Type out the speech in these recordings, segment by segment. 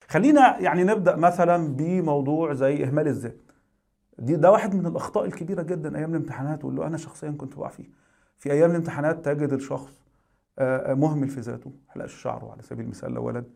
خلينا يعني نبدأ مثلا بموضوع زي إهمال الذات. ده واحد من الأخطاء الكبيرة جدا أيام الامتحانات، واللي أنا شخصيا كنت بقع فيه. في أيام الامتحانات تجد الشخص مهمل في ذاته، حلقش شعره على سبيل المثال لو ولد،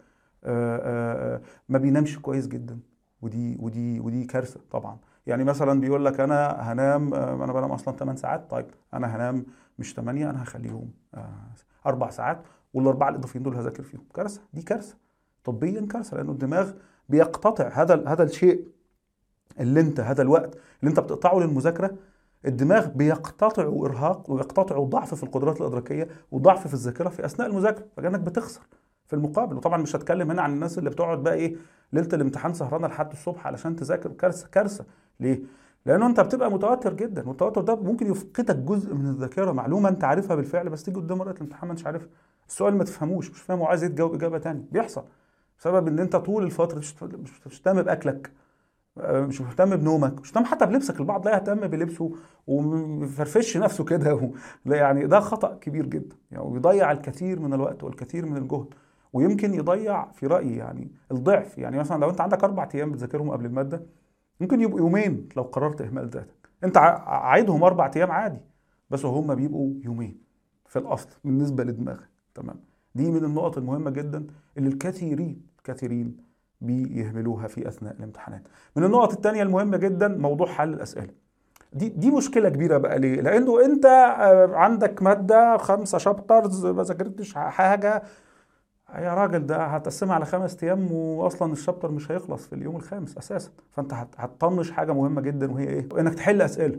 ما بينامش كويس جدا، ودي كارثة طبعا. يعني مثلا بيقول لك أنا هنام، أنا بنام أصلا 8 ساعات، طيب أنا هنام مش 8، أنا هخليهم 4 ساعات، والأربعة الإضافيين دول هذاكر فيهم. كارثة، دي كارثة طبيا، كارثة، لأنه الدماغ بيقتطع هذا الشيء هذا الوقت اللي انت بتقطعه للمذاكره. الدماغ بيقتطع ارهاق ويقتطع ضعف في القدرات الادراكيه وضعف في الذاكره في اثناء المذاكره، فكانك بتخسر في المقابل. وطبعا مش هتكلم هنا عن الناس اللي بتقعد بقى ايه ليله الامتحان سهرانه لحد الصبح علشان تذاكر. كارثه، كارثه. ليه؟ لانه انت بتبقى متوتر جدا، والتوتر ده ممكن يفقدك جزء من الذاكره، معلومه انت عارفها بالفعل بس تيجي قدام ورقه الامتحان ما انتش عارفها، السؤال ما تفهموش، مش فاهمه وعايز تجاوب اجابه ثانيه. بيحصل بسبب ان انت طول الفتره مش مهتم باكلك، مش مهتم بنومك، مش مهتم حتى بلبسك. البعض لا يهتم بلبسه ومفرفش نفسه كده لا، يعني ده خطأ كبير جدا، يعني بيضيع الكثير من الوقت والكثير من الجهد، ويمكن يضيع في رأيي يعني الضعف. يعني مثلا لو انت عندك 4 ايام بتذاكرهم قبل المادة، ممكن يبقوا يومين لو قررت اهمال ذاتك. انت عايدهم 4 ايام عادي، بس هم بيبقوا يومين في الاصل بالنسبة لدماغك. تمام. دي من النقط المهمة جدا اللي الكثيرين بيهملوها في اثناء الامتحانات. من النقط التانية المهمة جدا موضوع حل الاسئلة. دي مشكلة كبيرة بقى. ليه؟ لانه انت عندك مادة 5 شابترز، ما ذاكرتش حاجة، يا راجل ده هتقسمها على 5 ايام، واصلا الشابتر مش هيخلص في اليوم الخامس اساسا. فانت هتطنش حاجة مهمة جدا، وهي ايه؟ انك تحل اسئلة.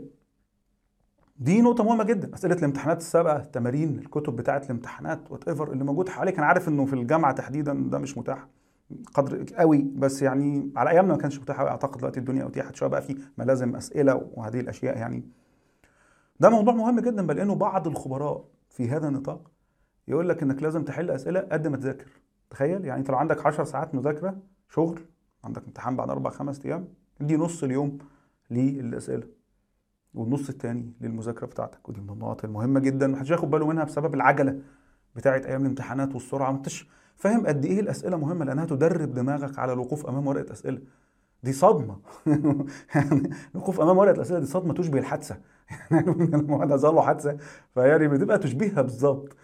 دي نقطة مهمة جدا. أسئلة الامتحانات السابقة، تمارين الكتب بتاعة الامتحانات وات ايفر اللي موجود حواليك. أنا عارف إنه في الجامعة تحديدا ده مش متاح قدر قوي، بس يعني على أيامنا ما كانش متاح قوي. أعتقد دلوقتي الدنيا أتيحت شوية، بقى في ملازم أسئلة وهذه الأشياء. يعني ده موضوع مهم جدا، بل إنه بعض الخبراء في هذا النطاق يقول لك إنك لازم تحل أسئلة قد ما تذاكر. تخيل يعني أنت لو عندك 10 ساعات مذاكرة شغل، عندك امتحان بعد 4-5 أيام، دي نص اليوم للأسئلة والنص التاني للمذاكره بتاعتك. ودي من النقط المهمه جدا محدش ياخد باله منها بسبب العجله بتاعت ايام الامتحانات والسرعه. ما انتش فاهم قد ايه الاسئله مهمه، لانها تدرب دماغك على الوقوف امام ورقه اسئله. دي صدمه يعني الوقوف امام ورقه الاسئله دي صدمه تشبه الحادثه يعني لما واحد حصل له حادثه فيعني بتبقى تشبيهها بالظبط.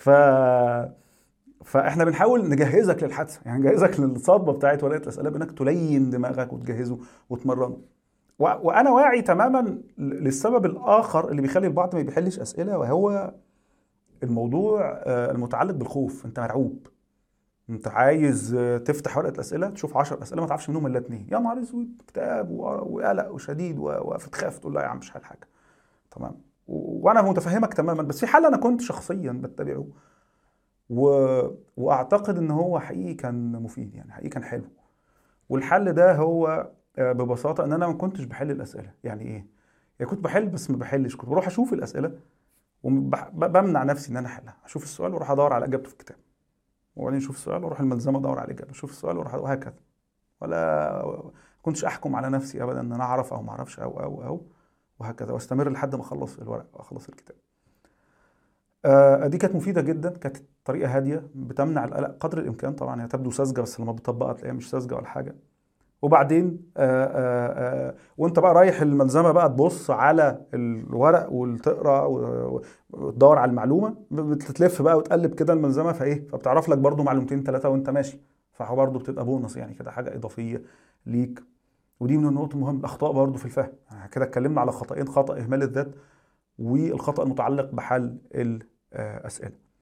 فاحنا بنحاول نجهزك للحادثه، يعني نجهزك للصدمه بتاعت ورقه الاسئله بانك تلين دماغك وتجهزه وتمرنه. وانا واعي تماما للسبب الاخر اللي بيخلي البعض ما بيحلش اسئله، وهو الموضوع المتعلق بالخوف. انت مرعوب، انت عايز تفتح ورقه الاسئله تشوف 10 اسئله ما تعرفش منهم الا 2، يا نهار اسود، اكتئاب وقلق وشديد وتخاف تقول لا يا عم مش حل حاجه. تمام. وانا متفهمك تماما، بس في حل انا كنت شخصيا بتبعه واعتقد ان هو حقيقي كان مفيد، يعني حقيقي كان حلو. والحل ده هو ببساطه ان انا ما كنتش بحل الاسئله. يعني ايه؟ يعني كنت بحل بس ما بحلش، كنت بروح اشوف الاسئله وبمنع نفسي ان انا احلها. اشوف السؤال واروح ادور على اجابته في الكتاب، وبعدين اشوف السؤال واروح الملزمه ادور على الاجابه، اشوف السؤال واروح، وهكذا. ولا كنتش احكم على نفسي ابدا ان انا اعرف او ما اعرفش او وهكذا، واستمر لحد ما اخلص الورق واخلص الكتاب. دي كانت مفيده جدا، كانت طريقه هاديه بتمنع القلق قدر الامكان. طبعا هي تبدو ساذجه، بس لما بتطبقها تلاقيها مش ساذجه ولا حاجه. وبعدين وانت بقى رايح الملزمه بقى تبص على الورق وتقرا وتدور على المعلومه، بتتلف بقى وتقلب كده الملزمه، فبتعرف لك برضو معلومتين 3 وانت ماشي، فهو برضو بتبقى بونص، يعني كده حاجه اضافيه ليك. ودي من النقط المهمه. الاخطاء برضو في الفهم، يعني كده اتكلمنا على خطأين: خطأ اهمال الذات، والخطأ المتعلق بحل الاسئله.